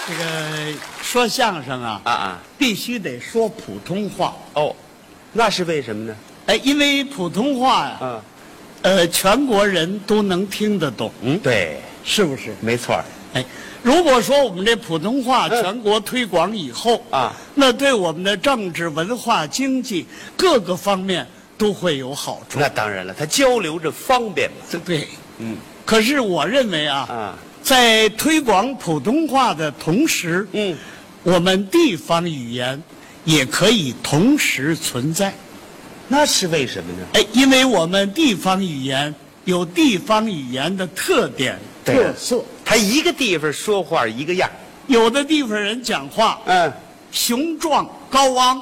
这个说相声啊，必须得说普通话。 哦，那是为什么呢？ 哎，因为普通话呀，全国人都能听得懂。 对， 是不是？ 没错。 哎，如果说我们这普通话全国推广以后那对我们的政治、文化、经济各个方面都会有好处。 那当然了，它交流着方便嘛。 对，可是我认为在推广普通话的同时，我们地方语言也可以同时存在。 那是为什么呢？ 哎，因为我们地方语言有地方语言的特点、特色。 它一个地方说话一个样， 有的地方人讲话，雄壮高昂。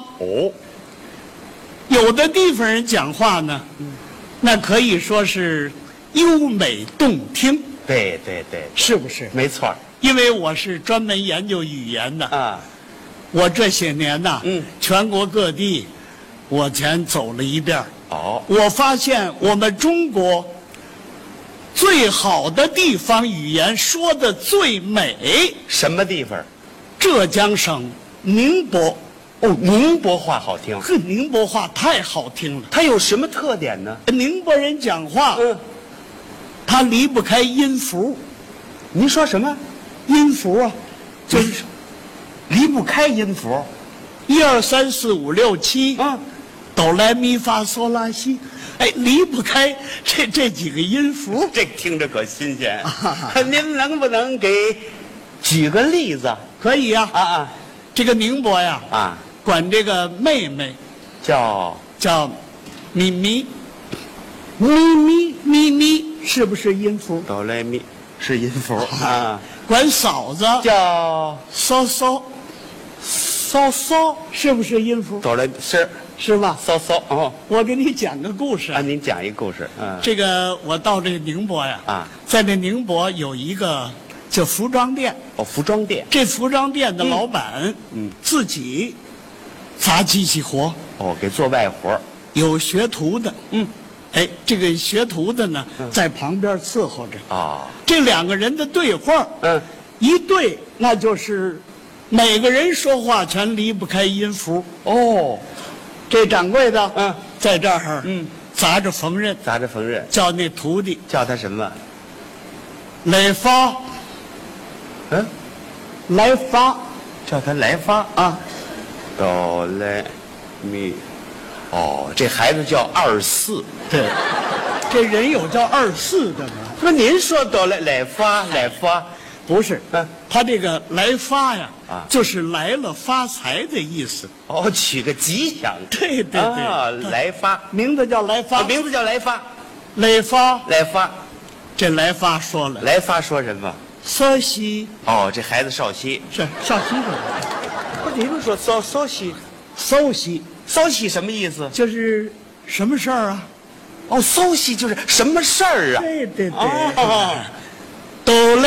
有的地方人讲话呢，那可以说是优美动听。 对对对， 是不是？ 没错。 因为我是专门研究语言的我这些年全国各地我全走了一遍。我发现我们中国最好的地方语言说的最美。 什么地方？ 浙江省宁波。 宁波话好听。 宁波话太好听了。 它有什么特点呢？ 宁波人讲话他离不开音符。 您说什么？ 音符啊，就是离不开音符。 1、2、3、4、5、6、7哆来咪发嗦拉西，哎，离不开这几个音符。 这听着可新鲜。您能不能给举个例子？ 可以呀。这个宁波呀管这个妹妹叫咪咪，咪咪是不是音符？ 哆来咪是音符管嫂子叫嗦嗦， 嗦嗦是不是音符？ 哆来是吧？ 嗦嗦我给你讲个故事您讲一个故事。 这个我到这个宁波呀在这宁波有一个叫服装店。 服装店。 这服装店的老板自己砸机器活。 给做外活。 有学徒的。哎，这个学徒的呢在旁边伺候着。这两个人的对话一对那就是每个人说话全离不开音符。这掌柜的在这儿砸着缝纫，叫那徒弟叫他什么？ 来发。来发， 叫他来发哆来咪。这孩子叫24。 对，这人有叫24的吗？ 不是您说哆来发不是，他这个来发呀就是来了发财的意思。 取个吉祥。 对， 来发， 名字叫来发。 名字叫来发。 来发。这来发说了。 来发说什么？ 稍息。 这孩子少息。 是少息的。 不是，你们说稍息。稍息什么意思？ 就是什么事儿啊？ 稍息就是什么事儿啊？ 对。哆来。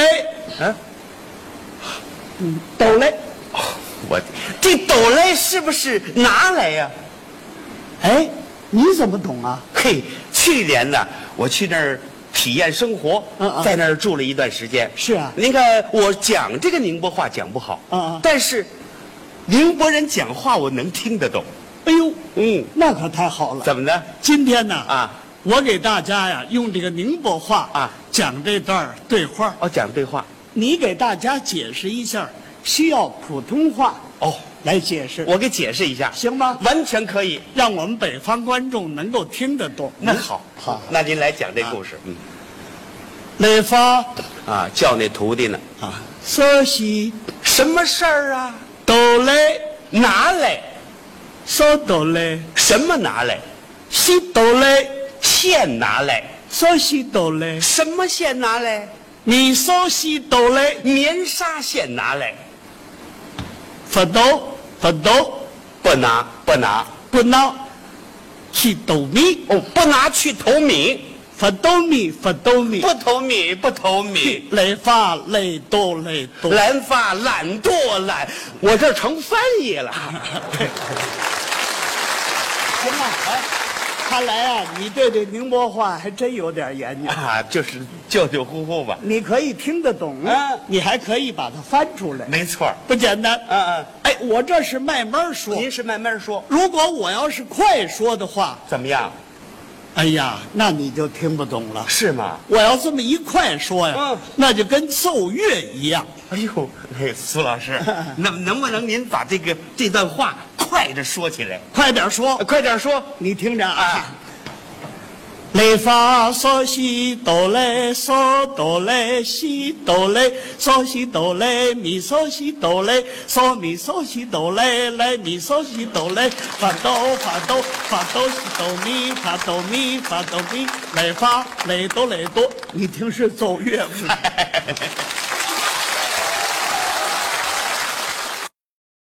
哆来。 我这哆来是不是拿来呀？ 哎，你怎么懂啊？ 去年呢，我去那儿体验生活，在那儿住了一段时间。 是啊。 您看我讲这个宁波话讲不好，但是宁波人讲话我能听得懂。 哎呦，那可太好了。 怎么呢？ 今天呢我给大家呀用这个宁波话讲这段对话。 讲对话。 你给大家解释一下，需要普通话来解释。 我给解释一下， 行吗？ 完全可以， 让我们北方观众能够听得懂。 那好，那您来讲这故事。 来发叫那徒弟呢稍息。 什么事儿啊？ 哆来拿来。 稍哆来。 什么拿来？ 西哆来。 线拿来。 稍西哆来。 什么线拿来？ 你稍西哆来。 棉纱线拿来。 不拿去斗米。 不拿去投米。 不斗米。 不投米。 来发来多。 懒发懒惰懒，我这成翻译了。 行了， 看来啊，你对这宁波话还真有点研究啊，就是救救护护吧。 你可以听得懂，你还可以把它翻出来， 没错， 不简单。哎，我这是慢慢说， 您是慢慢说。 如果我要是快说的话， 怎么样？ 哎呀，那你就听不懂了， 是吗？ 我要这么一快说呀，那就跟奏乐一样。 哎呦，苏老师，能不能您把这段话快着说起来？ 快点说， 快点说， 你听着啊。来发嗦西哆来嗦哆来西哆来嗦西哆来咪嗦西哆来嗦咪嗦西哆来来咪嗦西哆来发哆发哆发哆西哆咪发哆咪发哆咪来发来哆来哆，你听是奏乐吗？